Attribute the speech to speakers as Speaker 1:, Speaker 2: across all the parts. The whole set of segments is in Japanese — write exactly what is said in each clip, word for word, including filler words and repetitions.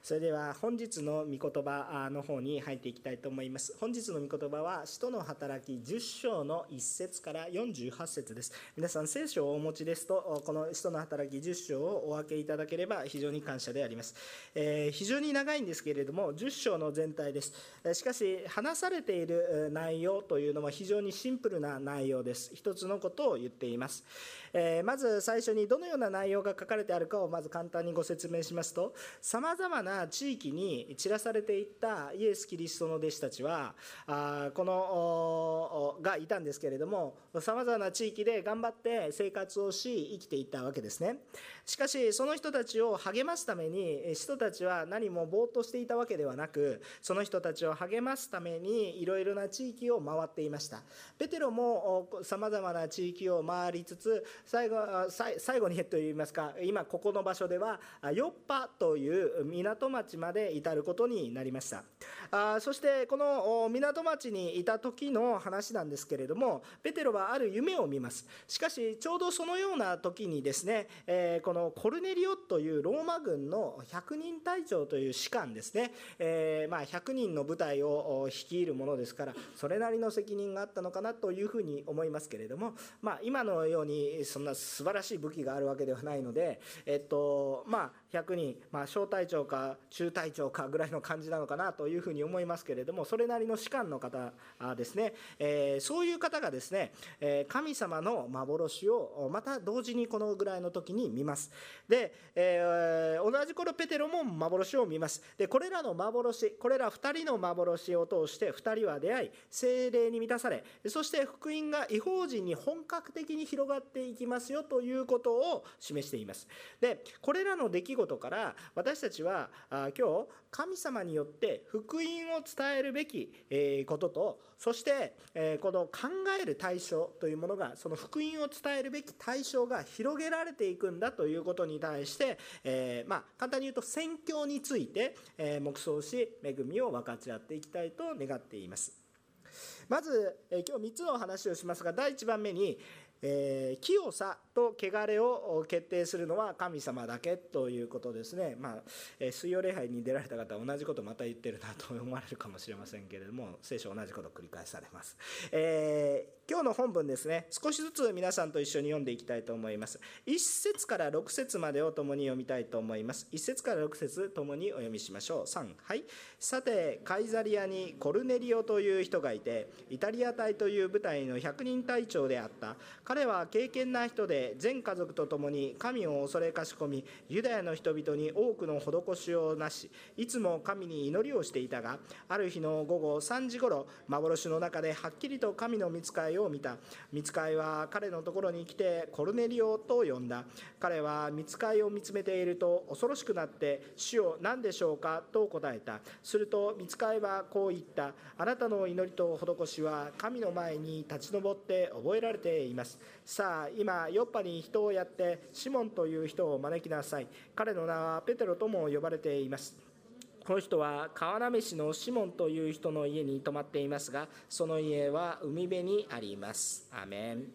Speaker 1: それでは本日の御言葉の方に入っていきたいと思います。本日の御言葉は使徒の働きじゅっ章のいっ節からよんじゅうはち節です。皆さん聖書をお持ちですと、この使徒の働きじゅっ章をお分けいただければ非常に感謝であります。えー、非常に長いんですけれどもじゅっ章の全体です。しかし話されている内容というのは非常にシンプルな内容です。一つのことを言っています。えー、まず最初にどのような内容が書かれてあるかをまず簡単にご説明しますと、さまざまな地域に散らされていったイエス・キリストの弟子たちはあこのがいたんですけれども、さまざまな地域で頑張って生活をし生きていったわけですね。しかしその人たちを励ますために使徒たちは何もぼーっとしていたわけではなく、その人たちを励ますためにいろいろな地域を回っていました。ペテロもさまざまな地域を回りつつ、最後最後にといいますか、今ここの場所ではヨッパという港町まで至ることになりました。あそしてこの港町にいた時の話なんですけれども、ペテロはある夢を見ます。しかしちょうどそのような時にですね、えー、このコルネリオというローマ軍のひゃくにん隊長という士官ですね、えー、まあひゃくにんの部隊を率いるものですから、それなりの責任があったのかなというふうに思いますけれども、まあ、今のようにそんな素晴らしい武器があるわけではないので、えっとまあ、ひゃくにん、まあ、小隊長か中隊長かぐらいの感じなのかなというふうに思いますけれども、それなりの士官の方ですね、えー、そういう方がですね、神様の幻をまた同時にこのぐらいの時に見ます。で、えー、同じ頃ペテロも幻を見ます。でこれらの幻、これらふたりの幻を通してふたりは出会い、聖霊に満たされ、そして福音が異邦人に本格的に広がっていきますよということを示しています。でこれらの出来事から私たちはあ今日神様によって福音を伝えるべき、えー、ことと、そして、えー、この考える対象というものが、その福音を伝えるべき対象が広げられていくんだということに対して、えーまあ、簡単に言うと宣教について、えー、黙想し恵みを分かち合っていきたいと願っています。まず、えー、今日みっつの話をしますが、だいいちばんめにえー、清さと汚れを決定するのは神様だけということですね。まあえー、水曜礼拝に出られた方は同じことまた言ってるなと思われるかもしれませんけれども、聖書同じことを繰り返されます。えー、今日の本文ですね、少しずつ皆さんと一緒に読んでいきたいと思います。いっ節からろく節までを共に読みたいと思います。いっ節からろく節共にお読みしましょう。さん、はい。さてカイザリアにコルネリオという人がいて、イタリア隊という部隊のひゃくにん隊長であった。彼は敬虔な人で、全家族と共に神を恐れかしこみ、ユダヤの人々に多くの施しをなし、いつも神に祈りをしていたが、ある日の午後さんじごろ、幻の中ではっきりと神の御使いを見た。御使いは彼のところに来て、コルネリオと呼んだ。彼は御使いを見つめていると恐ろしくなって、主よ何でしょうかと答えた。すると御使いはこう言った。あなたの祈りと施しは神の前に立ち上って覚えられています。さあ今ヨッパに人をやってシモンという人を招きなさい。彼の名はペテロとも呼ばれています。この人は川なめしのシモンという人の家に泊まっていますが、その家は海辺にあります。アーメン。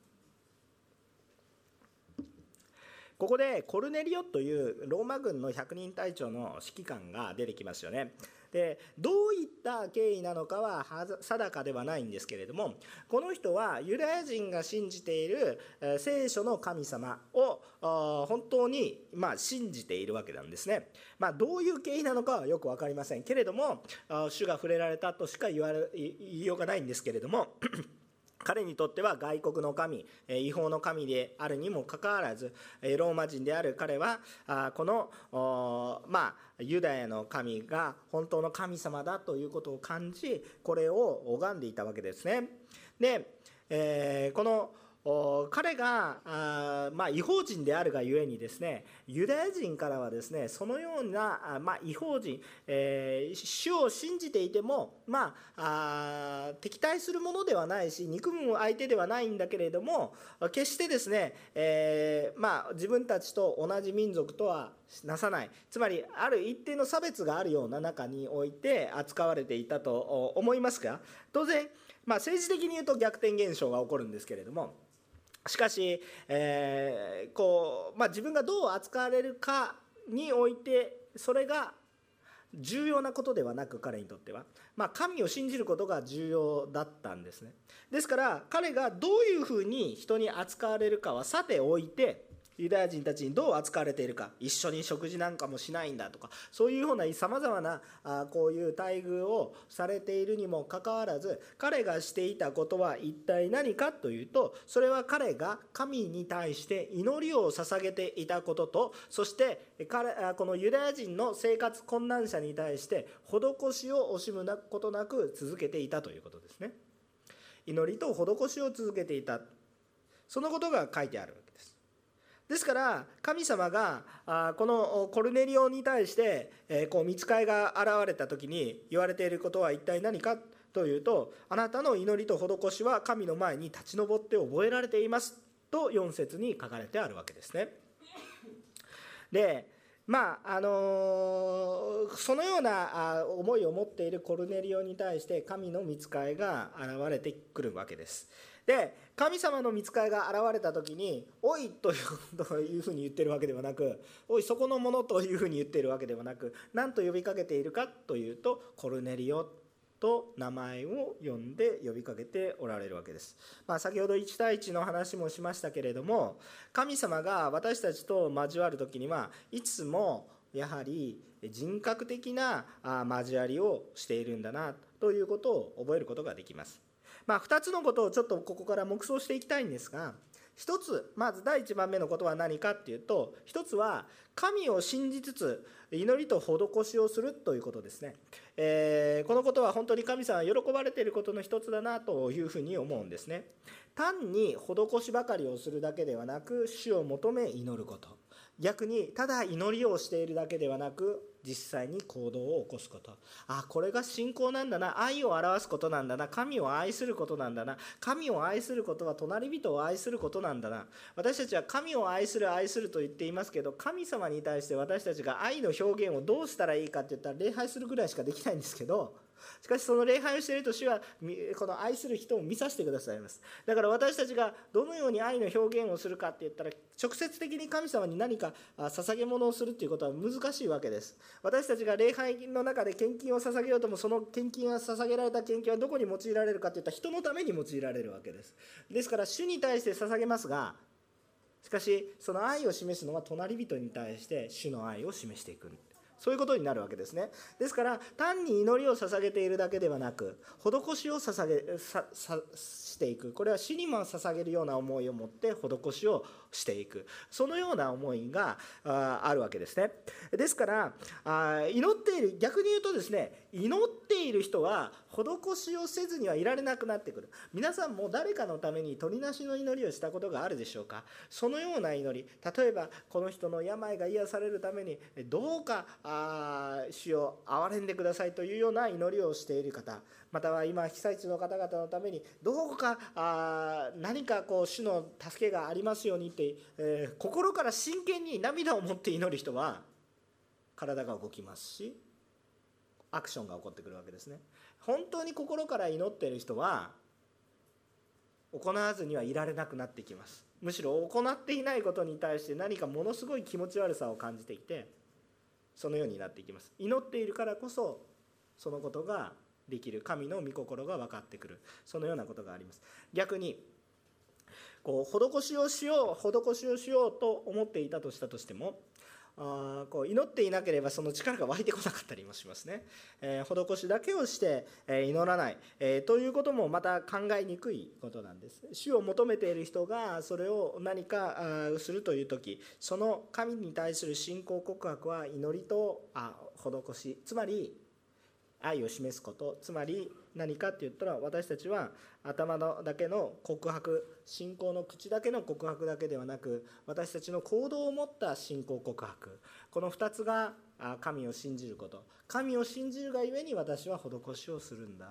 Speaker 1: ここでコルネリオというローマ軍のひゃくにん隊長の指揮官が出てきますよね。でどういった経緯なのかは定かではないんですけれども、この人はユダヤ人が信じている聖書の神様を本当にまあ信じているわけなんですね。まあ、どういう経緯なのかはよく分かりませんけれども、主が触れられたとしか言われ言いようがないんですけれども彼にとっては外国の神、違法の神であるにもかかわらず、ローマ人である彼はこのまあユダヤの神が本当の神様だということを感じ、これを拝んでいたわけですね。で、えー、この彼があ、まあ、異邦人であるがゆえにですね、ユダヤ人からはですね、そのような、まあ、異邦人、えー、主を信じていても、まあ、あ敵対するものではないし、憎む相手ではないんだけれども、決してですね、えーまあ、自分たちと同じ民族とはなさない、つまりある一定の差別があるような中において扱われていたと思いますが、当然、まあ、政治的に言うと逆転現象が起こるんですけれども、しかし、えーこうまあ、自分がどう扱われるかにおいて、それが重要なことではなく、彼にとっては、まあ、神を信じることが重要だったんですね。ですから彼がどういうふうに人に扱われるかはさておいて、ユダヤ人たちにどう扱われているか、一緒に食事なんかもしないんだとか、そういうようなさまざまなあこういう待遇をされているにもかかわらず、彼がしていたことは一体何かというと、それは彼が神に対して祈りを捧げていたことと、そして彼このユダヤ人の生活困難者に対して施しを惜しむことなく続けていたということですね。祈りと施しを続けていた、そのことが書いてあるわけです。ですから神様がこのコルネリオに対してこう御使いが現れた時に言われていることは一体何かというと、あなたの祈りと施しは神の前に立ち上って覚えられていますとよん節に書かれてあるわけですね。でまああのそのような思いを持っているコルネリオに対して神の御使いが現れてくるわけです。で神様の御使いが現れた時に「おい」というふうに言ってるわけではなく「おいそこのもの」というふうに言っているわけではなく、何と呼びかけているかというと「コルネリオ」と名前を呼んで呼びかけておられるわけです。まあ、先ほどいち対いちの話もしましたけれども、神様が私たちと交わる時にはいつもやはり人格的な交わりをしているんだなということを覚えることができます。まあ、ふたつのことをちょっとここから黙想していきたいんですが、ひとつ、まずだいいちばんめのことは何かっていうと、ひとつは神を信じつつ祈りと施しをするということですね。えー、このことは本当に神様は喜ばれていることの一つだなというふうに思うんですね。単に施しばかりをするだけではなく、主を求め祈ること、逆にただ祈りをしているだけではなく実際に行動を起こすこと、あ、これが信仰なんだな、愛を表すことなんだな、神を愛することなんだな、神を愛することは隣人を愛することなんだな。私たちは神を愛する愛すると言っていますけど、神様に対して私たちが愛の表現をどうしたらいいかって言ったら礼拝するぐらいしかできないんですけど、しかしその礼拝をしていると主はこの愛する人を見させてくださいます。だから私たちがどのように愛の表現をするかって言ったら、直接的に神様に何か捧げ物をするっていうことは難しいわけです。私たちが礼拝の中で献金を捧げようとも、その献金が捧げられた献金はどこに用いられるかっていったら人のために用いられるわけです。ですから主に対して捧げますが、しかしその愛を示すのは隣人に対して主の愛を示していく、そういうことになるわけですね。ですから単に祈りを捧げているだけではなく、施しを捧げささしていく、これは主にも捧げるような思いを持って施しをしていく、そのような思いが あ, あるわけですね。ですからあ祈っている、逆に言うとですね、祈っている人は施しをせずにはいられなくなってくる。皆さんも誰かのために取りなしの祈りをしたことがあるでしょうか。そのような祈り、例えばこの人の病が癒されるためにどうかあ主を憐れんでくださいというような祈りをしている方、または今被災地の方々のためにどうかあ何かこう主の助けがありますようにって、えー、心から真剣に涙を持って祈る人は体が動きますし、アクションが起こってくるわけですね。本当に心から祈っている人は行わずにはいられなくなってきます。むしろ行っていないことに対して何かものすごい気持ち悪さを感じていて、そのようになっていきます。祈っているからこそそのことができる、神の御心が分かってくる、そのようなことがあります。逆にこう施しをしよう施しをしようと思っていたとしたとしても、あこう祈っていなければその力が湧いてこなかったりもしますね。えー、施しだけをして、えー、祈らない、えー、ということもまた考えにくいことなんです。主を求めている人がそれを何かするという時、その神に対する信仰告白は祈りとあ施し、つまり愛を示すこと、つまり何かって言ったら、私たちは頭のだけの告白、信仰の口だけの告白だけではなく、私たちの行動を持った信仰告白、このふたつが神を信じること、神を信じるがゆえに私は施しをするんだ、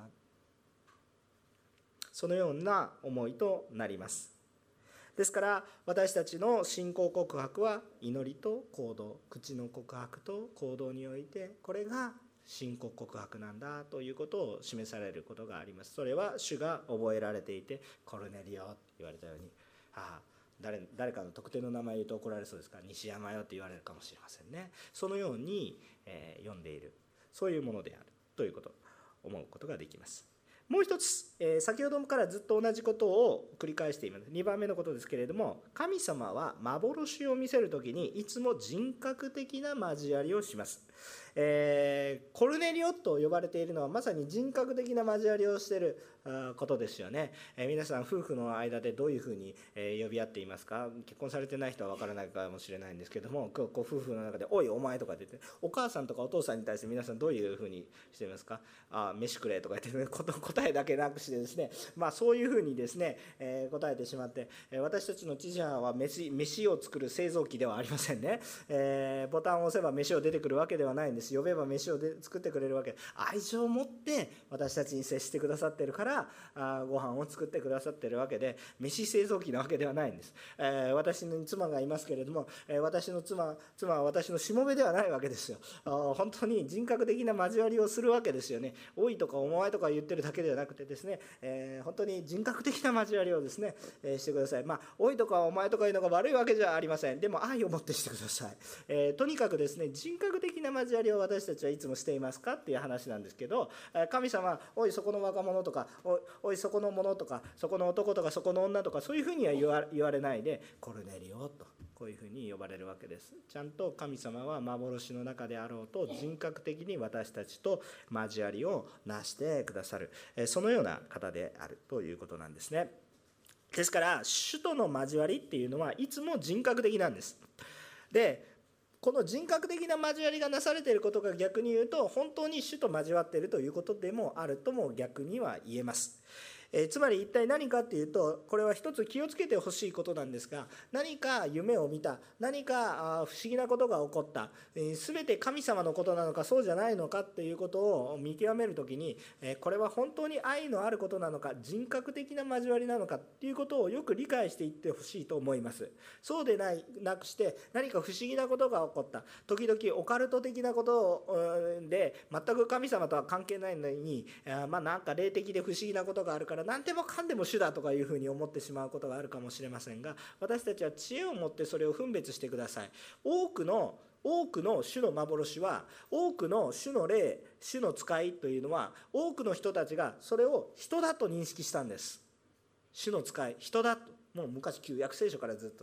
Speaker 1: そのような思いとなります。ですから私たちの信仰告白は祈りと行動、口の告白と行動において、これが信仰告白なんだということを示されることがあります。それは主が覚えられていて、コルネリオと言われたように、ああ 誰, 誰かの特定の名前言うと怒られそうですから、西山よと言われるかもしれませんね。そのように、えー、読んでいる。 そういうものであるということを思うことができます。もう一つ、えー、先ほどからずっと同じことを繰り返しています。にばんめのことですけれども、神様は幻を見せるときにいつも人格的な交わりをします。えー、コルネリオと呼ばれているのはまさに人格的な交わりをしていることですよね。えー、皆さん夫婦の間でどういうふうに、えー、呼び合っていますか？結婚されてない人は分からないかもしれないんですけども、ご夫婦の中で「おいお前」とかって言って、お母さんとかお父さんに対して皆さんどういうふうにしていますか？あ飯くれとか言って、ね、答えだけなくしてですね、まあ、そういうふうにですね、えー、答えてしまって、私たちの父母は 飯, 飯を作る製造機ではありませんね。えー、ボタンを押せば飯を出てくるわけではないんです。呼べば飯をで作ってくれるわけ。愛情を持って私たちに接してくださっているからあご飯を作ってくださっているわけで、飯製造機なわけではないんです。えー、私に妻がいますけれども、えー、私の妻妻は私のしもべではないわけですよ。あ本当に人格的な交わりをするわけですよね。おいとかお前とか言ってるだけではなくてですね、えー、本当に人格的な交わりをですね、えー、してください。まあおいとかお前とかいうのが悪いわけじゃありません。でも愛を持ってしてください。えー、とにかくですね、人格的な交わりを私たちはいつもしていますかっていう話なんですけど、神様はおいそこの若者とか お, おいそこの者とかそこの男とかそこの女とかそういうふうには言 わ, 言われないで、コルネリオとこういうふうに呼ばれるわけです。ちゃんと神様は幻の中であろうと人格的に私たちと交わりをなしてくださる、そのような方であるということなんですね。ですから主との交わりっていうのはいつも人格的なんです。でこの人格的な交わりがなされていることが逆に言うと本当に主と交わっているということでもあるとも逆には言えます。えー、つまり一体何かっていうと、これは一つ気をつけてほしいことなんですが、何か夢を見た、何か不思議なことが起こった、えー、全て神様のことなのかそうじゃないのかっていうことを見極めるときに、えー、これは本当に愛のあることなのか人格的な交わりなのかっていうことをよく理解していってほしいと思います。そうでないなくして何か不思議なことが起こった、時々オカルト的なことで全く神様とは関係ないのに、まあなんか霊的で不思議なことがあるから何でもかんでも主だとかいうふうに思ってしまうことがあるかもしれませんが、私たちは知恵を持ってそれを分別してください。多くの多くの主の幻は、多くの主の霊、主の使いというのは、多くの人たちがそれを人だと認識したんです。主の使い、人だと。もう昔旧約聖書からずっと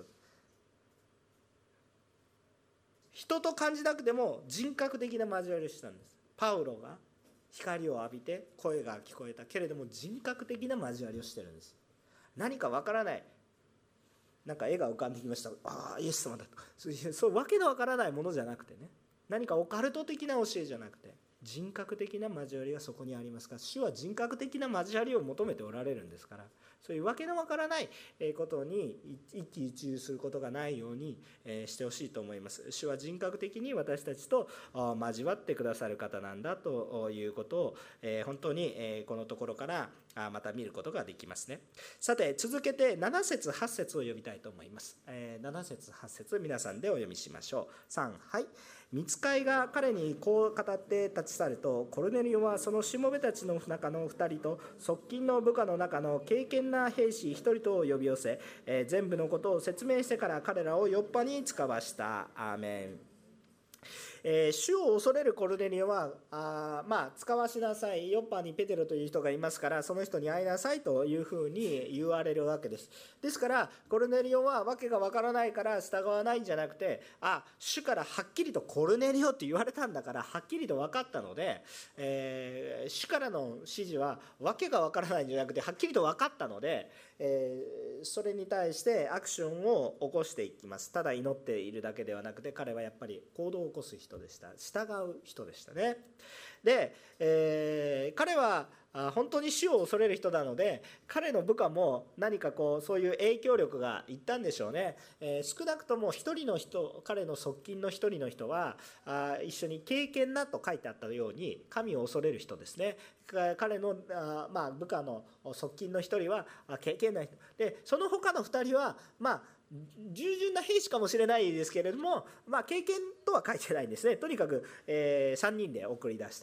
Speaker 1: 人と感じなくても人格的な交わりをしたんです。パウロが光を浴びて声が聞こえたけれども人格的な交わりをしてるんです。何かわからない、なんか絵が浮かんできました。ああイエス様だと、そういうそうわけのわからないものじゃなくてね、何かオカルト的な教えじゃなくて人格的な交わりがそこにありますから、主は人格的な交わりを求めておられるんですから、そういうわけのわからないことに一喜一憂することがないようにしてほしいと思います。主は人格的に私たちと交わってくださる方なんだということを本当にこのところからまた見ることができますね。さて続けてなな節はち節を読みたいと思います。なな節はち節皆さんでお読みしましょう。さんはい。御使いが彼にこう語って立ち去ると、コルネリオはそのしもべたちの中のふたりと側近の部下の中の敬虔な兵士ひとりとを呼び寄せ、えー、全部のことを説明してから彼らをヨッパに使わした。アーメン。えー、主を恐れるコルネリオはあまあ使わしなさい、ヨッパにペテロという人がいますからその人に会いなさいというふうに言われるわけです。ですからコルネリオはわけがわからないから従わないんじゃなくて、あ主からはっきりとコルネリオって言われたんだからはっきりと分かったので、えー、主からの指示はわけがわからないんじゃなくてはっきりと分かったので、えー、それに対してアクションを起こしていきます。ただ祈っているだけではなくて彼はやっぱり行動を起こす人でした。従う人でしたね。で、えー、彼は本当に主を恐れる人なので彼の部下も何かこうそういう影響力がいったんでしょうね。えー、少なくとも一人の人、彼の側近の一人の人はあ一緒に敬虔なと書いてあったように神を恐れる人ですね。彼のあ、まあ、部下の側近の一人は敬虔な人で、その他の二人はまあ従順な兵士かもしれないですけれども、まあ、経験とは書いてないんですね。とにかく、えー、さんにんで送り出した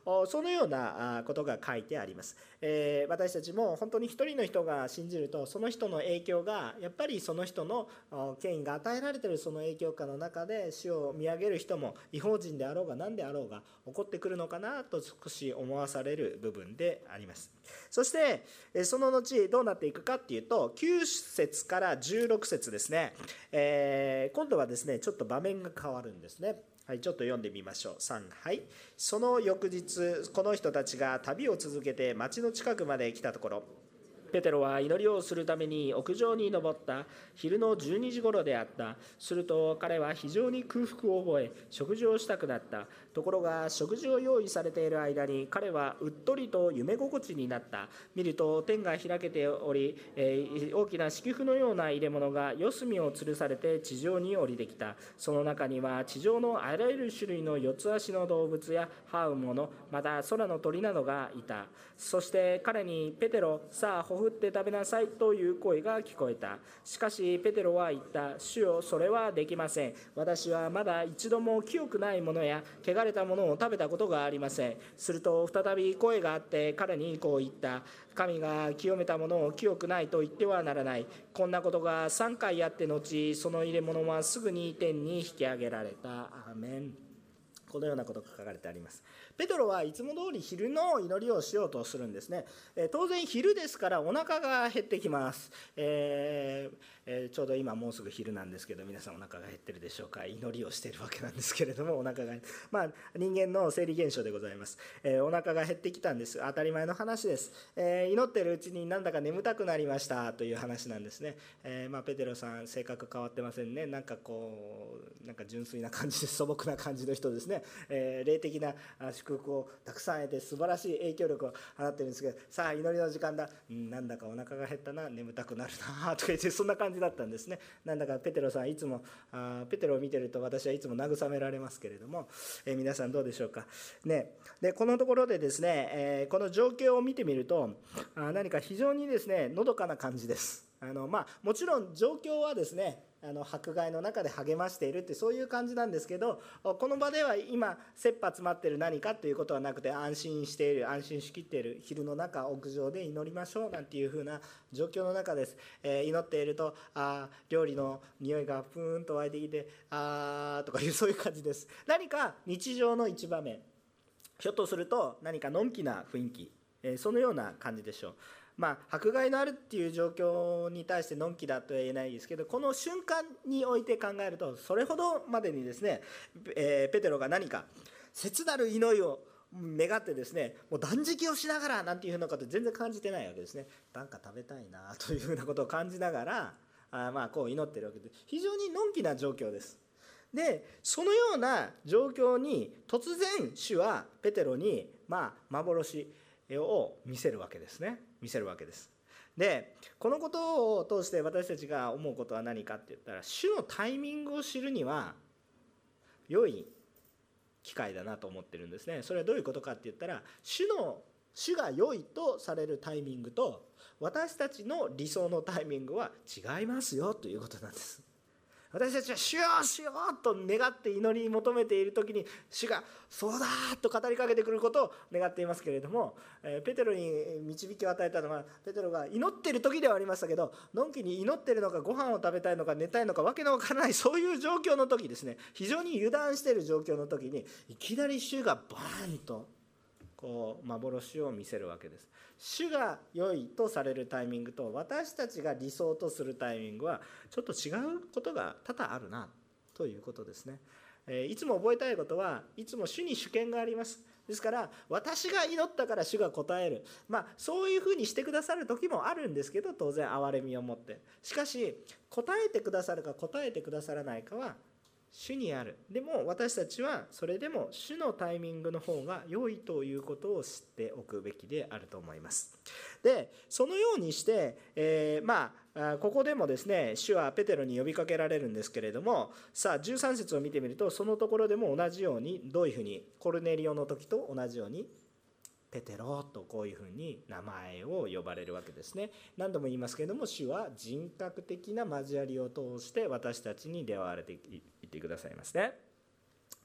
Speaker 1: そのようなことが書いてあります。えー、私たちも本当に一人の人が信じると、その人の影響がやっぱりその人の権威が与えられているその影響下の中で主を見上げる人も異邦人であろうが何であろうが起こってくるのかなと少し思わされる部分であります。そしてその後どうなっていくかっていうと、きゅう節からじゅうろく節ですね、えー、今度はですねちょっと場面が変わるんですね。はい、ちょっと読んでみましょう。さん、はい。その翌日、この人たちが旅を続けて町の近くまで来たところ、ペテロは祈りをするために屋上に登った。昼のじゅうにじごろであった。すると彼は非常に空腹を覚え、食事をしたくなった。ところが食事を用意されている間に彼はうっとりと夢心地になった。見ると天が開けており、えー、大きな敷布のような入れ物が四隅を吊るされて地上に降りてきた。その中には地上のあらゆる種類の四つ足の動物や這うもの、また空の鳥などがいた。そして彼にペテロ、さあほふって食べなさいという声が聞こえた。しかしペテロは言った。主よ、それはできません。私はまだ一度も清くないものや汚れたものを食べたことがありません。すると再び声があって彼にこう言った。神が清めたものを清くないと言ってはならない。こんなことがさんかいあって後、その入れ物はすぐに天に引き上げられた。アーメン。このようなことが書かれてあります。ペテロはいつも通り昼の祈りをしようとするんですね。え当然昼ですからお腹が減ってきます。えーえー、ちょうど今もうすぐ昼なんですけど、皆さんお腹が減ってるでしょうか。祈りをしているわけなんですけれども、お腹が、まあ、人間の生理現象でございます。えー、お腹が減ってきたんです。当たり前の話です。えー、祈っているうちになんだか眠たくなりましたという話なんですね。えーまあ、ペテロさん性格変わってませんね。なんかこうなんか純粋な感じで素朴な感じの人ですね。えー、霊的な祝福をたくさん得て素晴らしい影響力を放っているんですけど、さあ祈りの時間だ、うん、なんだかお腹が減ったな、眠たくなるなとか言って、そんな感じだったんですね。なんだかペテロさんいつもあペテロを見てると私はいつも慰められますけれども、えー、皆さんどうでしょうかね。でこのところでですね、えー、この状況を見てみるとあ何か非常にですねのどかな感じです。あのまあ、もちろん状況はですねあの迫害の中で励ましているってそういう感じなんですけど、この場では今切羽詰まっている何かということはなくて、安心している、安心しきっている、昼の中屋上で祈りましょうなんていう風な状況の中です。えー、祈っているとあ料理の匂いがプーンと湧いてきてあーとかいうそういう感じです。何か日常の一場面、ひょっとすると何かのんきな雰囲気、えー、そのような感じでしょう。まあ、迫害のあるっていう状況に対してのんきだとは言えないですけど、この瞬間において考えるとそれほどまでにですね、えー、ペテロが何か切なる祈りを願ってですね、もう断食をしながらなんていうふうなこと全然感じてないわけですね。なんか食べたいなというふうなことを感じながらあまあこう祈ってるわけで、非常にのんきな状況です。でそのような状況に突然主はペテロにまあ幻を見せるわけですね。見せるわけです。でこのことを通して私たちが思うことは何かって言ったら、主のタイミングを知るには良い機会だなと思ってるんですね。それはどういうことかって言ったら、主の主が良いとされるタイミングと私たちの理想のタイミングは違いますよということなんです。私たちは主よ主よと願って祈り求めている時に、主がそうだと語りかけてくることを願っていますけれども、ペテロに導きを与えたのは、ペテロが祈っている時ではありましたけど、のんきに祈っているのかご飯を食べたいのか寝たいのかわけのわからない、そういう状況の時ですね、非常に油断している状況の時にいきなり主がバーンとこう幻を見せるわけです。主が良いとされるタイミングと私たちが理想とするタイミングはちょっと違うことが多々あるなということですね。いつも覚えたいことは、いつも主に主権があります。ですから私が祈ったから主が答える、まあそういうふうにしてくださる時もあるんですけど、当然憐れみを持って、しかし答えてくださるか答えてくださらないかは主にある。でも私たちはそれでも主のタイミングの方が良いということを知っておくべきであると思います。でそのようにして、えー、まあここでもですね主はペテロに呼びかけられるんですけれども、さあじゅうさん節を見てみると、そのところでも同じように、どういうふうにコルネリオの時と同じようにペテロとこういうふうに名前を呼ばれるわけですね。何度も言いますけれども、主は人格的な交わりを通して私たちに出会われていってくださいますね。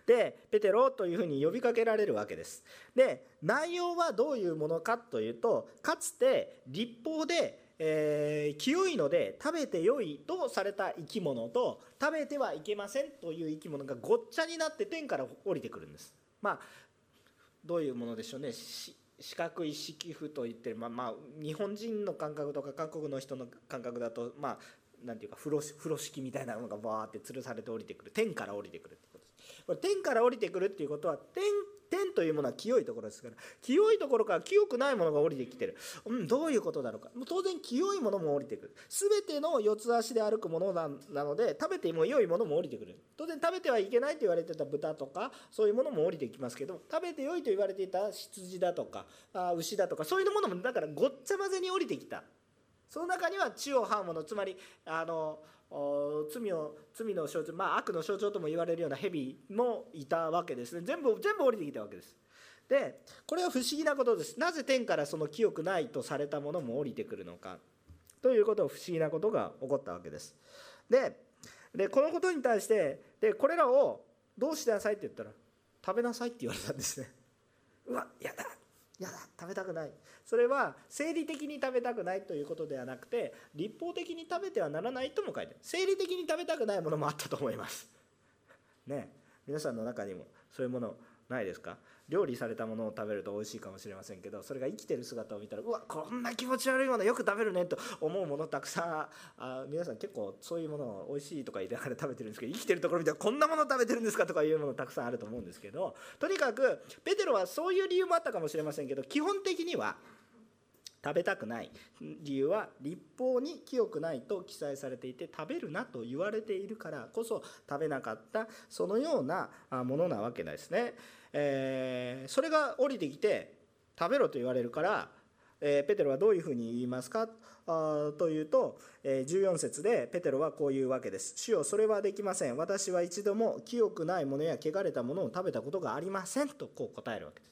Speaker 1: でペテロというふうに呼びかけられるわけです。で内容はどういうものかというと、かつて律法で、えー、清いので食べてよいとされた生き物と、食べてはいけませんという生き物がごっちゃになって天から降りてくるんです。まあどういうものでしょうね。四角い敷布といって、まあ、まあ日本人の感覚とか韓国の人の感覚だと、まあなんていうか風呂、風呂敷みたいなのがバーって吊るされて降りてくる、天から降りてくるってことです。これ天から降りてくるっていうことは、天天というものは清いところですから、清いところから清くないものが降りてきてる、うん、どういうことだろうか。もう当然清いものも降りてくる。全ての四つ足で歩くものなので、食べても良いものも降りてくる。当然食べてはいけないと言われてた豚とかそういうものも降りてきますけど、食べて良いと言われていた羊だとかあ牛だとか、そういうものもだからごっちゃ混ぜに降りてきた。その中には地を這うもの、つまりあの罪を罪の象徴、まあ、悪の象徴とも言われるような蛇もいたわけですね。全部全部降りてきたわけです。でこれは不思議なことです。なぜ天からその清くないとされたものも降りてくるのかということを、不思議なことが起こったわけです。ででこのことに対してでこれらをどうしなさいって言ったら、食べなさいって言われたんですね。うわやだやだ食べたくない。それは生理的に食べたくないということではなくて、律法的に食べてはならないとも書いてある。生理的に食べたくないものもあったと思いますね。皆さんの中にもそういうものないですか？料理されたものを食べると美味しいかもしれませんけど、それが生きてる姿を見たら、うわこんな気持ち悪いものよく食べるねと思うものたくさん、あ皆さん結構そういうものを美味しいとか言いながら食べてるんですけど、生きてるところ見たらこんなもの食べてるんですかとかいうものたくさんあると思うんですけど、とにかくペテロはそういう理由もあったかもしれませんけど、基本的には食べたくない理由は、律法に清くないと記載されていて食べるなと言われているからこそ食べなかった、そのようなものなわけですね。えー、それが降りてきて食べろと言われるから、えー、ペテロはどういうふうに言いますかあというと、えー、じゅうよん節でペテロはこういうわけです。主よそれはできません。私は一度も清くないものや汚れたものを食べたことがありませんとこう答えるわけです、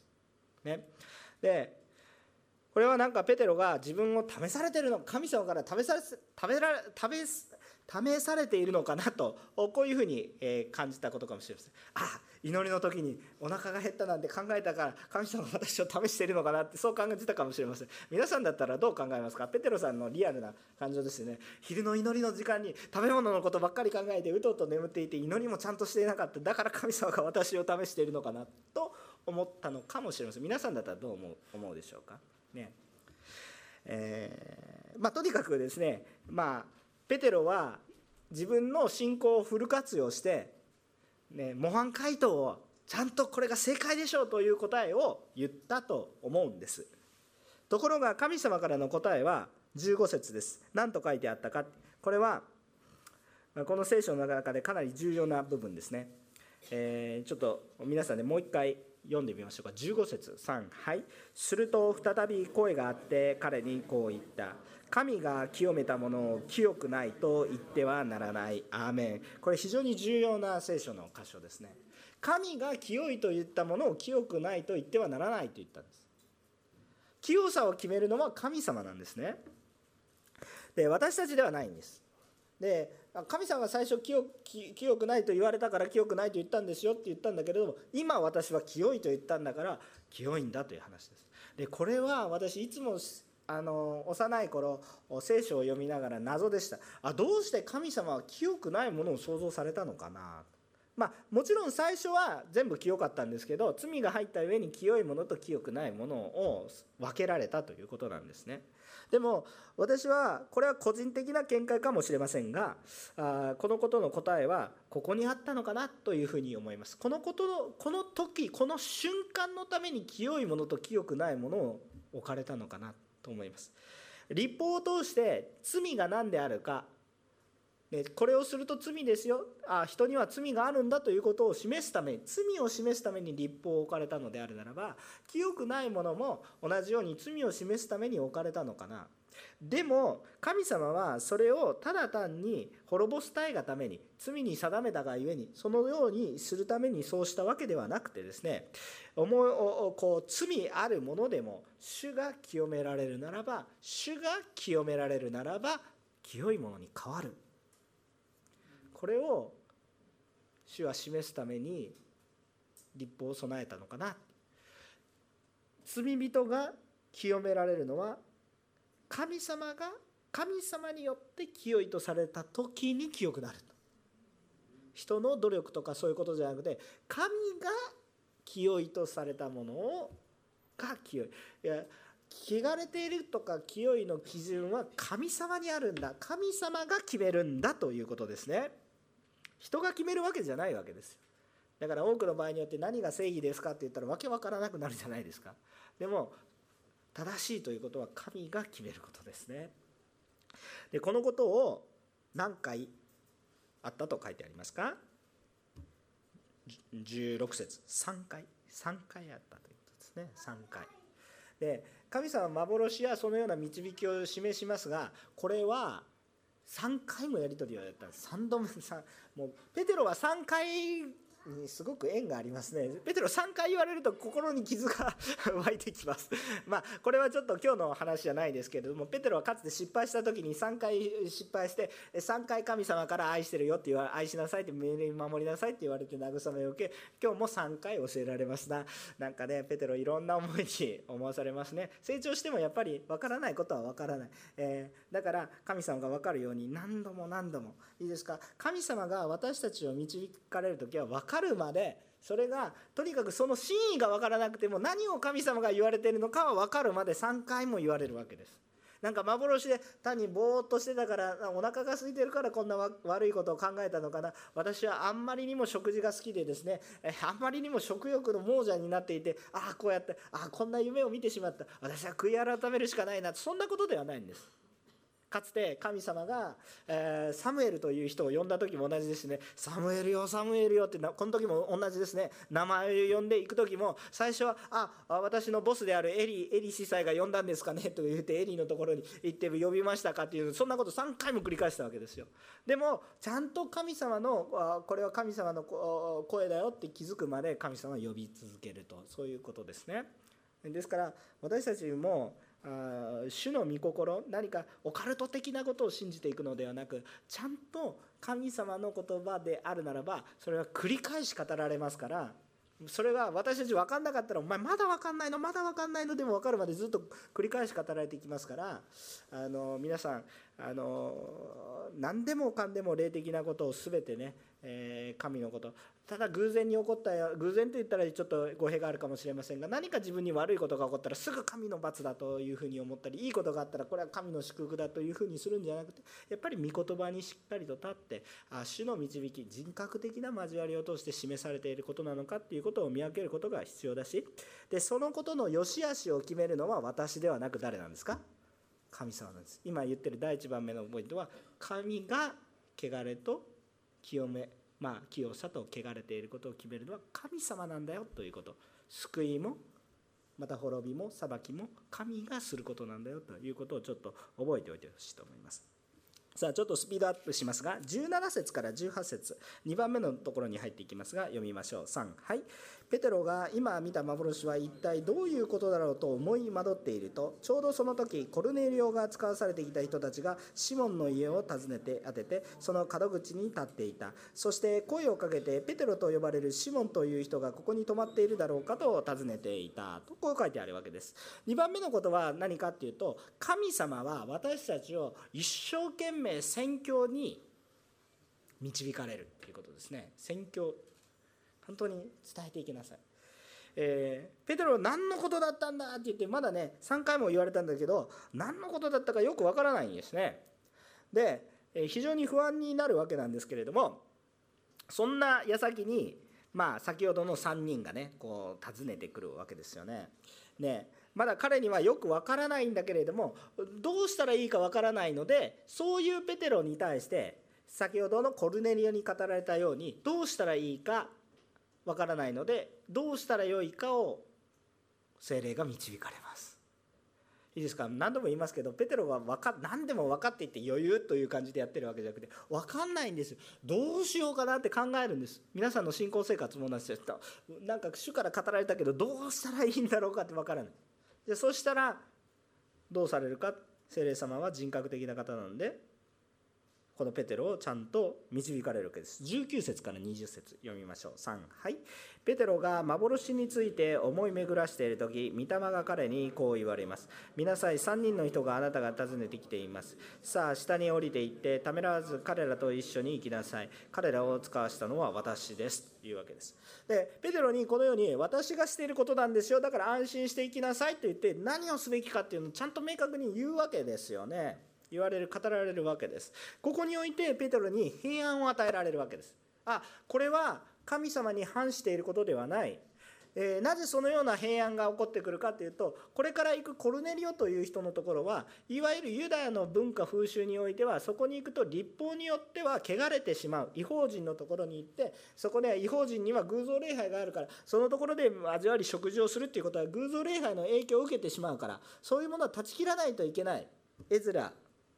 Speaker 1: ね、でこれはなんかペテロが自分を試されているの、神様から試され食べられ食べ試されているのかなと、こういうふうに感じたことかもしれません。あ祈りの時にお腹が減ったなんて考えたから神様が私を試しているのかなって、そう感じたかもしれません。皆さんだったらどう考えますか？ペテロさんのリアルな感情ですよね。昼の祈りの時間に食べ物のことばっかり考えてうとうと眠っていて、祈りもちゃんとしていなかった、だから神様が私を試しているのかなと思ったのかもしれません。皆さんだったらどう思う、思うでしょうかね。えーまあ、とにかくですね、まあ、ペテロは自分の信仰をフル活用して、ね、模範解答をちゃんとこれが正解でしょうという答えを言ったと思うんです。ところが神様からの答えはじゅうご節です。何と書いてあったか、これはこの聖書の中でかなり重要な部分ですね。えー、ちょっと皆さんでもう一回読んでみましょうか。じゅうご節さん、はい。すると再び声があって彼にこう言った。神が清めたものを清くないと言ってはならない。アーメン。これ非常に重要な聖書の箇所ですね。神が清いと言ったものを清くないと言ってはならないと言ったんです。清さを決めるのは神様なんですね。で、私たちではないんです。で神様が最初 清, 清くないと言われたから清くないと言ったんですよって言ったんだけれども、今私は清いと言ったんだから清いんだという話です。でこれは私いつもあの幼い頃聖書を読みながら謎でした。あどうして神様は清くないものを創造されたのかな。まあ、もちろん最初は全部清かったんですけど、罪が入った上に清いものと清くないものを分けられたということなんですね。でも私はこれは個人的な見解かもしれませんが、あこのことの答えはここにあったのかなというふうに思います。このことのこの時この瞬間のために清いものと清くないものを置かれたのかなと思います。律法を通して罪が何であるか、これをすると罪ですよ、あ人には罪があるんだということを示すために、罪を示すために律法を置かれたのであるならば、清くないものも同じように罪を示すために置かれたのかな。でも神様はそれをただ単に滅ぼすたいがために、罪に定めたがゆえにそのようにするためにそうしたわけではなくてですね、思いこう罪あるものでも主が清められるならば、主が清められるならば清いものに変わる。これを主は示すために立法を備えたのかな。罪人が清められるのは神様が神様によって清いとされた時に清くなると。人の努力とかそういうことじゃなくて、神が清いとされたものをが清い。いや、汚れているとか清いの基準は神様にあるんだ。神様が決めるんだということですね。人が決めるわけじゃないわけですよ。だから多くの場合によって何が正義ですかって言ったらわけわからなくなるじゃないですか。でも正しいということは神が決めることですね。でこのことを何回あったと書いてありますか。じゅうろく節、さんかいさんかいあったということですね。さんかいで、神様は幻やそのような導きを示しますが、これはさんかいもやり取りをやったんです。さんどめさんもうペテロはさんかいにすごく縁がありますね。ペテロさんかい言われると心に傷が湧いてきます。まあこれはちょっと今日の話じゃないですけれども、ペテロはかつて失敗した時にさんかい失敗してさんかい神様から愛してるよって言わ愛しなさいって命令に守りなさいって言われて慰めを受け、今日もさんかい教えられますな。なんかね、ペテロいろんな思いに思わされますね。成長してもやっぱり分からないことは分からない、えー、だから神様が分かるように何度も何度も、いいですか、神様が私たちを導かれる時は分かるまで、それがとにかくその真意が分からなくても何を神様が言われているのかは分かるまでさんかいも言われるわけです。なんか幻で単にぼーっとしてたから、お腹が空いてるからこんな悪いことを考えたのかな。私はあんまりにも食事が好きでですね、あんまりにも食欲の亡者になっていて、ああこうやってああこんな夢を見てしまった、私は悔い改めるしかないな、そんなことではないんです。かつて神様が、えー、サムエルという人を呼んだ時も同じですね。サムエルよサムエルよって、この時も同じですね。名前を呼んでいく時も最初はあ私のボスであるエリエリ司祭が呼んだんですかねと言ってエリのところに行って呼びましたかっていう、そんなことさんかいも繰り返したわけですよ。でもちゃんと神様のこれは神様の声だよって気づくまで神様を呼び続けると、そういうことですね。ですから私たちもあ主の御心、何かオカルト的なことを信じていくのではなく、ちゃんと神様の言葉であるならばそれは繰り返し語られますから、それが私たち分かんなかったらお前まだ分かんないのまだ分かんないのでも分かるまでずっと繰り返し語られていきますから、あの皆さんあの何でもかんでも霊的なことを全てね、えー、神のこと、ただ偶然に起こった偶然と言ったらちょっと語弊があるかもしれませんが、何か自分に悪いことが起こったらすぐ神の罰だというふうに思ったり、いいことがあったらこれは神の祝福だというふうにするんじゃなくて、やっぱり御言葉にしっかりと立って、あ主の導き、人格的な交わりを通して示されていることなのかということを見分けることが必要だし、でそのことの良し悪しを決めるのは私ではなく誰なんですか？神様なんです。今言ってる第一番目のポイントは、神が汚れと清め、まあ清さと汚れていることを決めるのは神様なんだよということ。救いもまた滅びも裁きも神がすることなんだよということをちょっと覚えておいてほしいと思います。さあちょっとスピードアップしますが、じゅうなな節からじゅうはち節、にばんめのところに入っていきますが読みましょう。さん、はい。ペテロが今見た幻は一体どういうことだろうと思い惑っていると、ちょうどその時コルネリオが使わされてきた人たちがシモンの家を訪ねて当てて、その門口に立っていた。そして声をかけて、ペテロと呼ばれるシモンという人がここに泊まっているだろうかと尋ねていたと、こう書いてあるわけです。にばんめのことは何かっていうと、神様は私たちを一生懸命宣教に導かれるということですね。宣教、本当に伝えていきなさい。えー、ペテロ何のことだったんだって言ってまだねさんかいも言われたんだけど、何のことだったかよくわからないんですね。で、えー、非常に不安になるわけなんですけれども、そんな矢先にまあ先ほどのさんにんがねこう訪ねてくるわけですよね。ね、まだ彼にはよくわからないんだけれども、どうしたらいいかわからないので、そういうペテロに対して先ほどのコルネリオに語られたように、どうしたらいいかわからないのでどうしたらよいかを聖霊が導かれます。いいですか。何度も言いますけど、ペテロが分か何でも分かっていって余裕という感じでやってるわけじゃなくて、分かんないんですよ。どうしようかなって考えるんです。皆さんの信仰生活も同じです。なんか主から語られたけどどうしたらいいんだろうかって分からない。でそうしたらどうされるか。聖霊様は人格的な方なので、 このペテロをちゃんと導かれるわけです。じゅうきゅう節からにじゅう節読みましょう。さん、はい。ペテロが幻について思い巡らしているとき、御霊が彼にこう言われます。見なさい、さんにんの人があなたが訪ねてきています。さあ、下に降りて行って、ためらわず彼らと一緒に行きなさい。彼らを使わしたのは私です。というわけです。で、ペテロにこのように、私がしていることなんですよ。だから安心して行きなさいと言って、何をすべきかっていうのをちゃんと明確に言うわけですよね。言われる、語られるわけです。ここにおいてペテロに平安を与えられるわけです。あ、これは神様に反していることではない。えー、なぜそのような平安が起こってくるかというと、これから行くコルネリオという人のところはいわゆるユダヤの文化風習においては、そこに行くと律法によっては汚れてしまう。異邦人のところに行って、そこで異邦人には偶像礼拝があるから、そのところで交わり食事をするということは偶像礼拝の影響を受けてしまうから、そういうものは断ち切らないといけない。エズラ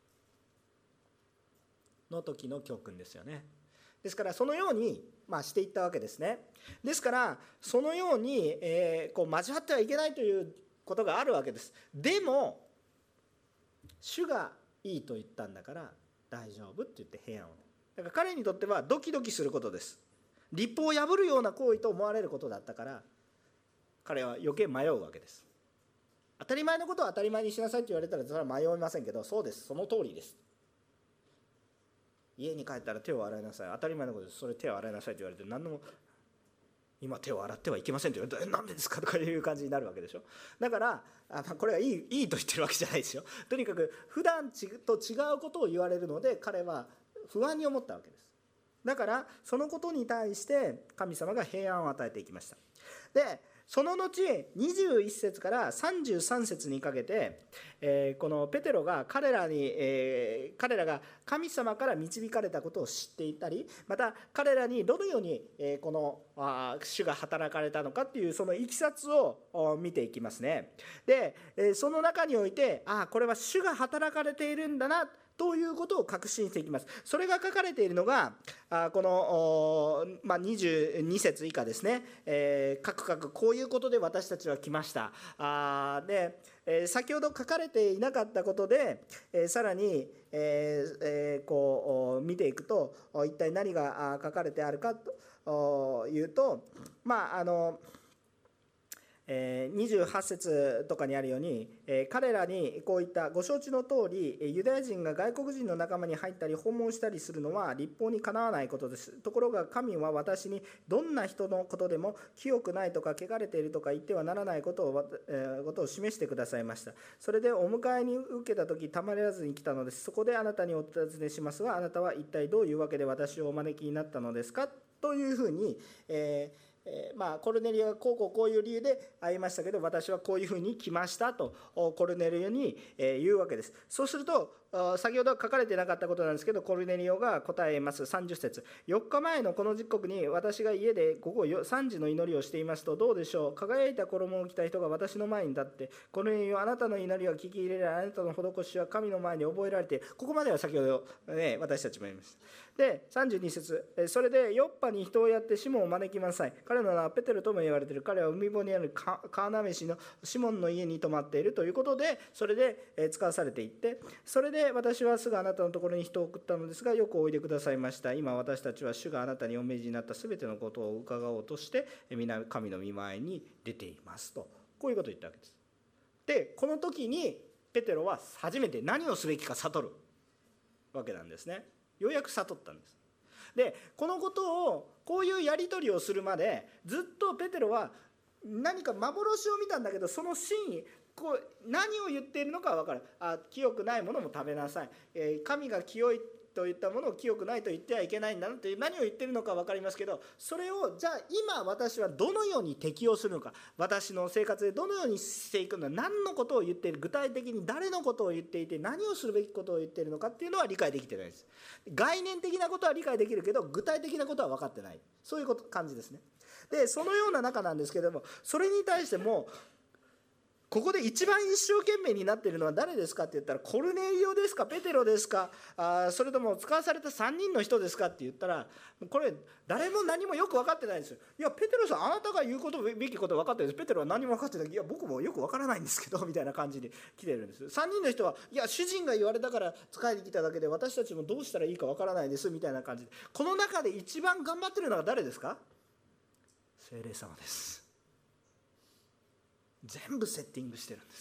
Speaker 1: の時の教訓ですよね。ですからそのように、まあ、していったわけですね。ですからそのように、えー、こう交わってはいけないということがあるわけです。でも主がいいと言ったんだから大丈夫って言って平安を。だから彼にとってはドキドキすることです。律法を破るような行為と思われることだったから、彼は余計迷うわけです。当たり前のことを当たり前にしなさいと言われたらそれは迷いませんけど、そうです、その通りです。家に帰ったら手を洗いなさい、当たり前のことです。それ手を洗いなさいと言われて、何も今手を洗ってはいけませんと言われて、何でですかとかいう感じになるわけでしょ。だからあこれはいい、いいと言ってるわけじゃないですよ。とにかく普段と違うことを言われるので彼は不安に思ったわけです。だからそのことに対して神様が平安を与えていきました。でその後にじゅういち節からさんじゅうさん節にかけて、えー、このペテロが彼らに、えー、彼らが神様から導かれたことを知っていたり、また彼らにどのように、えー、このあ主が働かれたのかっていうそのいきさつを見ていきますね。で、えー、その中において、あこれは主が働かれているんだなということを確信していきます。それが書かれているのがこの、まあ、にじゅうに節以下ですね。えー、各々こういうことで私たちは来ました。あで、えー、先ほど書かれていなかったことで、えー、さらに、えーえー、こう見ていくと一体何が書かれてあるかというと、まああのにじゅうはち節とかにあるように、彼らにこういったご承知の通り、ユダヤ人が外国人の仲間に入ったり訪問したりするのは律法にかなわないことです。ところが神は私にどんな人のことでも清くないとか汚れているとか言ってはならないことを、えー、ことを示してくださいました。それでお迎えに受けた時たまらずに来たのです。そこであなたにお尋ねしますが、あなたは一体どういうわけで私をお招きになったのですかというふうに、えーえー、まあコルネリオがこうこうこういう理由で会いましたけど、私はこういうふうに来ましたとコルネリオに言うわけです。そうすると先ほどは書かれてなかったことなんですけど、コルネリオが答えます。さんじゅう節、よっかまえのこの時刻に私が家で午後さんじの祈りをしていますと、どうでしょう。輝いた衣を着た人が私の前に立って、コルネリオ、あなたの祈りは聞き入れられ、あなたの施しは神の前に覚えられている。ここまでは先ほど、ね、私たちも言いました。でさんじゅうに節、それでヨッパに人をやってシモンを招きなさい。彼の名はペテロとも言われている。彼は海辺にあるカーナメシのシモンの家に泊まっているということで、それで使わされていって、それで私はすぐあなたのところに人を送ったのですが、よくおいでくださいました。今私たちは主があなたにお命じになったすべてのことを伺おうとして皆神の御前に出ていますと、こういうことを言ったわけです。でこの時にペテロは初めて何をすべきか悟るわけなんですね。ようやく悟ったんです。でこのことをこういうやり取りをするまでずっとペテロは何か幻を見たんだけど、その真意、こう何を言っているのかは分かる。あ清くないものも食べなさい、えー、神が清いといったものを清くないと言ってはいけないんだなという何を言っているのか分かりますけど、それをじゃあ今私はどのように適用するのか、私の生活でどのようにしていくのか、何のことを言っている、具体的に誰のことを言っていて何をするべきことを言っているのかっていうのは理解できてないです。概念的なことは理解できるけど具体的なことは分かってない、そういうこと感じですね。でそのような中なんですけれども、それに対してもここで一番一生懸命になっているのは誰ですかって言ったら、コルネリオですか、ペテロですか、あそれとも使わされたさんにんの人ですかって言ったら、これ誰も何もよく分かってないんですよ。いやペテロさん、あなたが言うことべきこと分かってるんです。ペテロは何も分かってない。いや僕もよく分からないんですけどみたいな感じで来てるんです。さんにんの人は、いや主人が言われたから使いに来ただけで、私たちもどうしたらいいか分からないですみたいな感じで、この中で一番頑張ってるのは誰ですか？聖霊様です。全部セッティングしてるんです。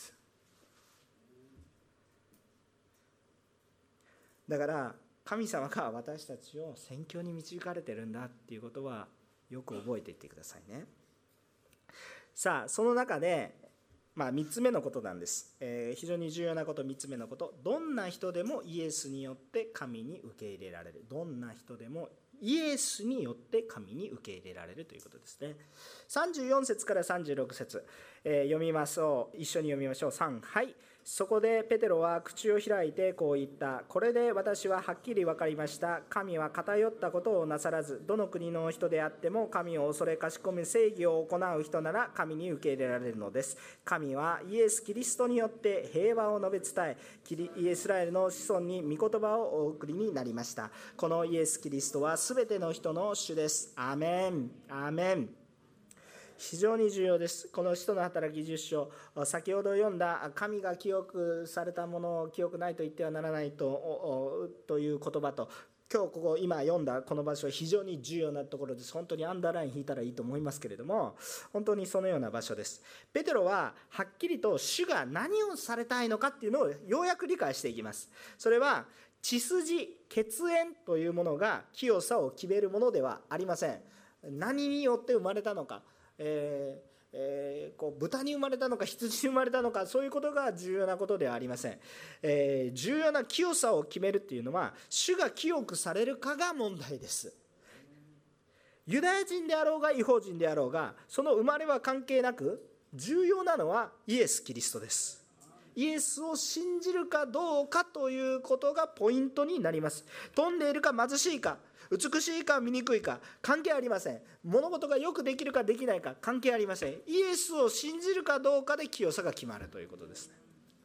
Speaker 1: だから神様が私たちを宣教に導かれてるんだっていうことはよく覚えていってくださいね。さあその中で、まあ、みっつめのことなんです、えー、非常に重要なこと。みっつめのこと、どんな人でもイエスによって神に受け入れられる。どんな人でもイエスによって神に受け入れられるということですね。さんじゅうよん節からさんじゅうろく節、えー、読みましょう。一緒に読みましょう。さん、はい。そこでペテロは口を開いてこう言った。これで私ははっきり分かりました。神は偏ったことをなさらず、どの国の人であっても神を恐れかしこむ正義を行う人なら神に受け入れられるのです。神はイエス・キリストによって平和を述べ伝え、イスラエルの子孫に御言葉をお送りになりました。このイエス・キリストはすべての人の主です。アーメン、アーメン。非常に重要です。この使徒の働きじゅっ章、先ほど読んだ神が記憶されたものを記憶ないと言ってはならない と, という言葉と、今日ここ今読んだこの場所、非常に重要なところです。本当にアンダーライン引いたらいいと思いますけれども、本当にそのような場所です。ペテロははっきりと主が何をされたいのかっていうのをようやく理解していきます。それは血筋、血縁というものが清さを決めるものではありません。何によって生まれたのか、えーえー、こう豚に生まれたのか羊に生まれたのか、そういうことが重要なことではありません、えー、重要な清さを決めるっていうのは、主が清くされるかが問題です。ユダヤ人であろうが異邦人であろうが、その生まれは関係なく、重要なのはイエス・キリストです。イエスを信じるかどうかということがポイントになります。富んでいるか貧しいか、美しいか醜いか関係ありません。物事がよくできるかできないか関係ありません。イエスを信じるかどうかで清さが決まるということですね。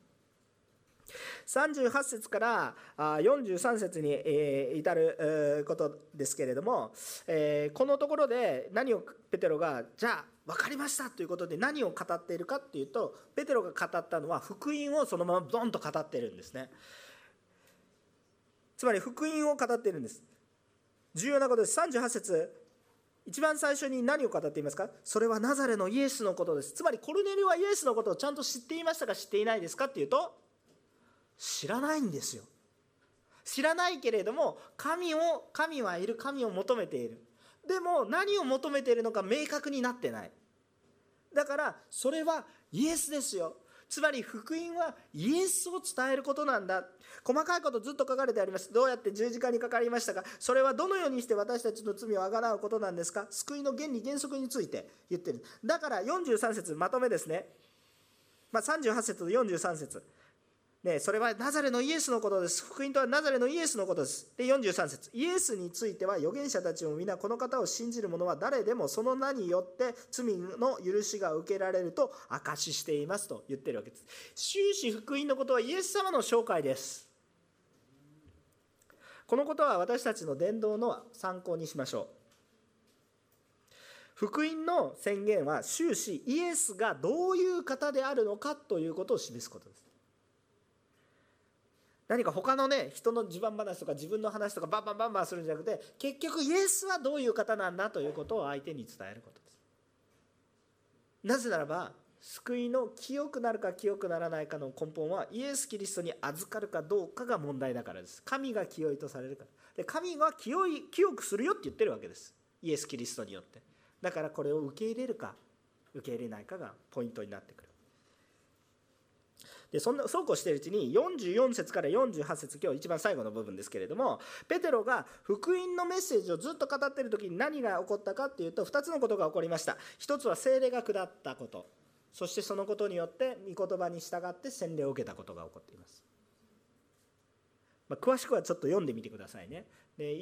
Speaker 1: さんじゅうはち節からよんじゅうさん節に至ることですけれども、このところで何をペテロがじゃあ分かりましたということで何を語っているかっていうと、ペテロが語ったのは福音をそのままドンと語っているんですね。つまり福音を語っているんです。重要なことです。さんじゅうはち節、一番最初に何を語っていますか？それはナザレのイエスのことです。つまりコルネリはイエスのことをちゃんと知っていましたか知っていないですかっていうと、知らないんですよ。知らないけれども神を神はいる、神を求めている。でも何を求めているのか明確になってない。だからそれはイエスですよ。つまり福音はイエスを伝えることなんだ。細かいことずっと書かれてあります。どうやって十字架にかかりましたか、それはどのようにして私たちの罪をあがなうことなんですか、救いの原理原則について言ってる。だからよんじゅうさん節まとめですね、まあ、さんじゅうはち節とよんじゅうさん節ね、それはナザレのイエスのことです。福音とはナザレのイエスのことです。でよんじゅうさん節、イエスについては預言者たちも皆この方を信じる者は誰でもその名によって罪の許しが受けられると証ししていますと言ってるわけです。終始福音のことはイエス様の紹介です。このことは私たちの伝道の参考にしましょう。福音の宣言は終始イエスがどういう方であるのかということを示すことです。何か他のね、人の自慢話とか自分の話とかバンバンバンバンするんじゃなくて、結局イエスはどういう方なんだということを相手に伝えることです。なぜならば救いの清くなるか清くならないかの根本はイエス・キリストに預かるかどうかが問題だからです。神が清いとされるからで、神が清い清くするよって言ってるわけです、イエス・キリストによって。だからこれを受け入れるか受け入れないかがポイントになってくる。でそんなそうこうしているうちによんじゅうよん節からよんじゅうはち節、今日一番最後の部分ですけれども、ペテロが福音のメッセージをずっと語っている時に何が起こったかっていうと、ふたつのことが起こりました。ひとつは聖霊が下ったこと、そしてそのことによって御言葉に従って洗礼を受けたことが起こっています。まあ、詳しくはちょっと読んでみてくださいね。で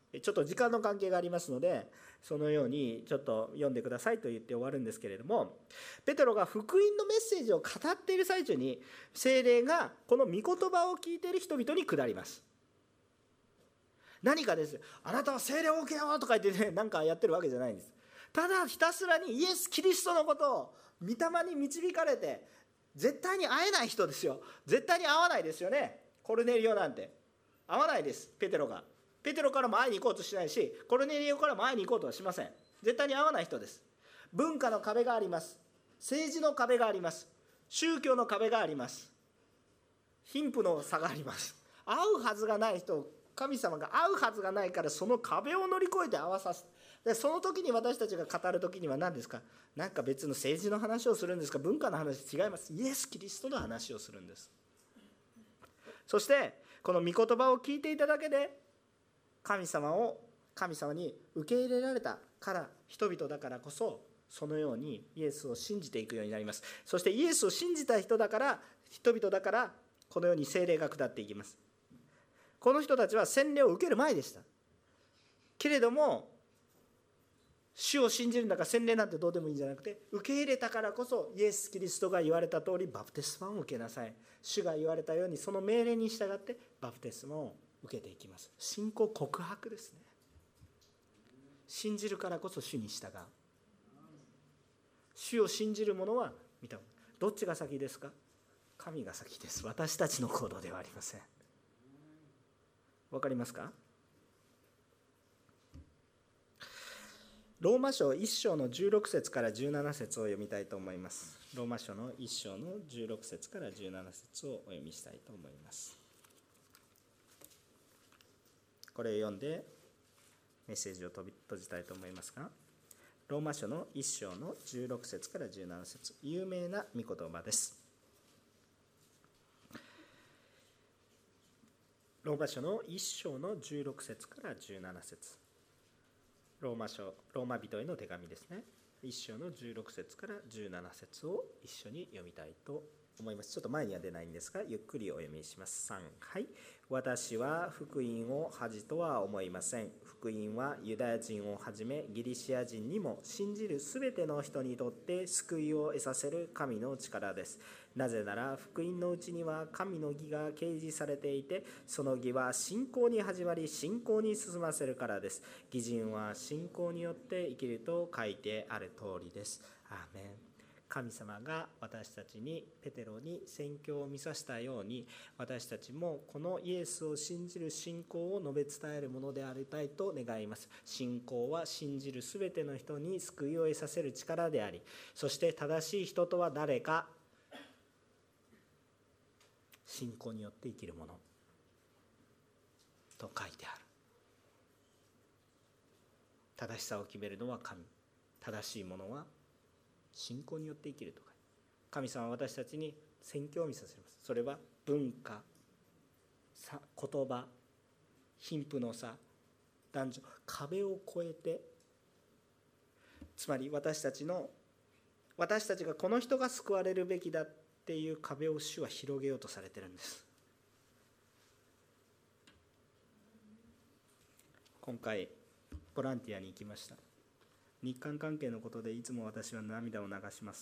Speaker 1: ちょっと時間の関係がありますので、そのようにちょっと読んでくださいと言って終わるんですけれども、ペテロが福音のメッセージを語っている最中に、聖霊がこの御言葉を聞いている人々に下ります。何かです。あなたは聖霊を受けようとか言ってね、なんかやってるわけじゃないんです。ただひたすらにイエス・キリストのことを御霊に導かれて、絶対に会えない人ですよ。絶対に会わないですよね。コルネリオなんて会わないです。ペテロがペテロからも会いに行こうとしないし、コルネリオからも会いに行こうとはしません。絶対に会わない人です。文化の壁があります。政治の壁があります。宗教の壁があります。貧富の差があります。会うはずがない人を神様が会うはずがないから、その壁を乗り越えて会わさせで、その時に私たちが語る時には何ですか。なんか別の政治の話をするんですか、文化の話。違います。イエス・キリストの話をするんです。そしてこの御言葉を聞いていただけで、神様を神様に受け入れられたから人々だからこそ、そのようにイエスを信じていくようになります。そしてイエスを信じた人だから人々だからこのように聖霊が下っていきます。この人たちは洗礼を受ける前でしたけれども、主を信じるんだから洗礼なんてどうでもいいんじゃなくて、受け入れたからこそイエス・キリストが言われた通りバプテスマを受けなさい。主が言われたようにその命令に従ってバプテスマを受けていきます。信仰告白ですね。信じるからこそ主に従う。主を信じる者は見た。どっちが先ですか。神が先です。私たちの行動ではありません。わかりますか。ローマ書いっ章のじゅうろく節からじゅうなな節を読みたいと思います。ローマ書のいっ章のじゅうろく節からじゅうなな節をお読みしたいと思います。これを読んでメッセージを閉じたいと思いますが、ローマ書のいっ章のじゅうろく節からじゅうなな節、有名な御言葉です。ローマ書のいっ章のじゅうろく節からじゅうなな節、ローマ書、ローマ人への手紙ですね。いっ章のじゅうろく節からじゅうなな節を一緒に読みたいと思います。ちょっと前には出ないんですが、ゆっくりお読みします。さん、はい。私は福音を恥とは思いません。福音はユダヤ人をはじめギリシア人にも信じるすべての人にとって救いを得させる神の力です。なぜなら福音のうちには神の義が掲示されていて、その義は信仰に始まり信仰に進ませるからです。義人は信仰によって生きると書いてある通りです。アーメン。神様が私たちにペテロに宣教を見させたように、私たちもこのイエスを信じる信仰を述べ伝えるものでありたいと願います。信仰は信じるすべての人に救いを得させる力であり、そして正しい人とは誰か、信仰によって生きるものと書いてある。正しさを決めるのは神、正しいものは信仰によって生きるとか。神様は私たちに宣教を見させます。それは文化、言葉、貧富の差、男女、壁を越えて、つまり私たちの私たちがこの人が救われるべきだっていう壁を主は広げようとされてるんです。今回ボランティアに行きました。日韓関係のことでいつも私は涙を流します。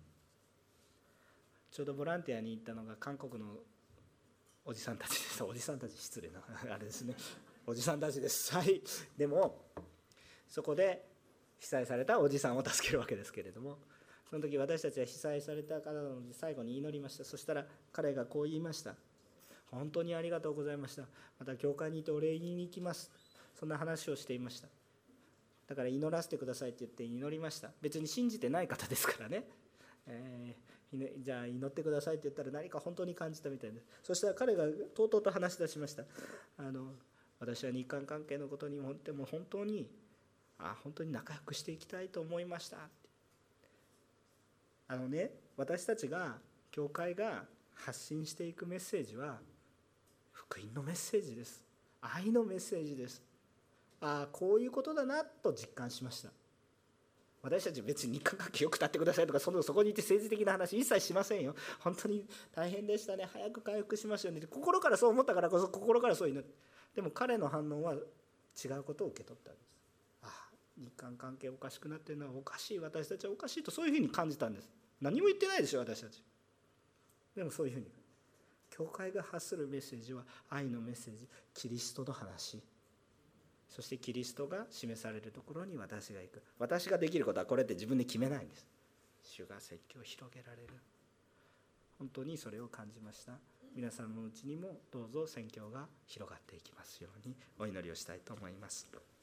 Speaker 1: ちょうどボランティアに行ったのが韓国のおじさんたちです。おじさんたち失礼なあれですね。おじさんたちです。はい。でもそこで被災されたおじさんを助けるわけですけれども、その時私たちは被災された方の最後に祈りました。そしたら彼がこう言いました。本当にありがとうございました。また教会にいてお礼言いに行きます。そんな話をしていました。だから祈らせてくださいって言って祈りました。別に信じてない方ですからね、えー、じゃあ祈ってくださいって言ったら何か本当に感じたみたいです。そしたら彼がとうとうと話し出しました。あの私は日韓関係のことにもでも本当にあ本当に仲良くしていきたいと思いましたって。あのね、私たちが教会が発信していくメッセージは福音のメッセージです。愛のメッセージです。ああこういうことだなと実感しました。私たち別に日韓関係よく立ってくださいとか そ, のそこにいて政治的な話一切しませんよ。本当に大変でしたね、早く回復しましょうね、心からそう思ったからこそ心からそう祈る。でも彼の反応は違うことを受け取ったんです。ああ、日韓関係おかしくなってるのはおかしい、私たちはおかしいと、そういうふうに感じたんです。何も言ってないでしょ私たち。でもそういうふうに教会が発するメッセージは愛のメッセージ、キリストの話、そしてキリストが示されるところに私が行く。私ができることはこれって自分で決めないんです。主が説教を広げられる。本当にそれを感じました。皆さんのうちにもどうぞ宣教が広がっていきますようにお祈りをしたいと思います。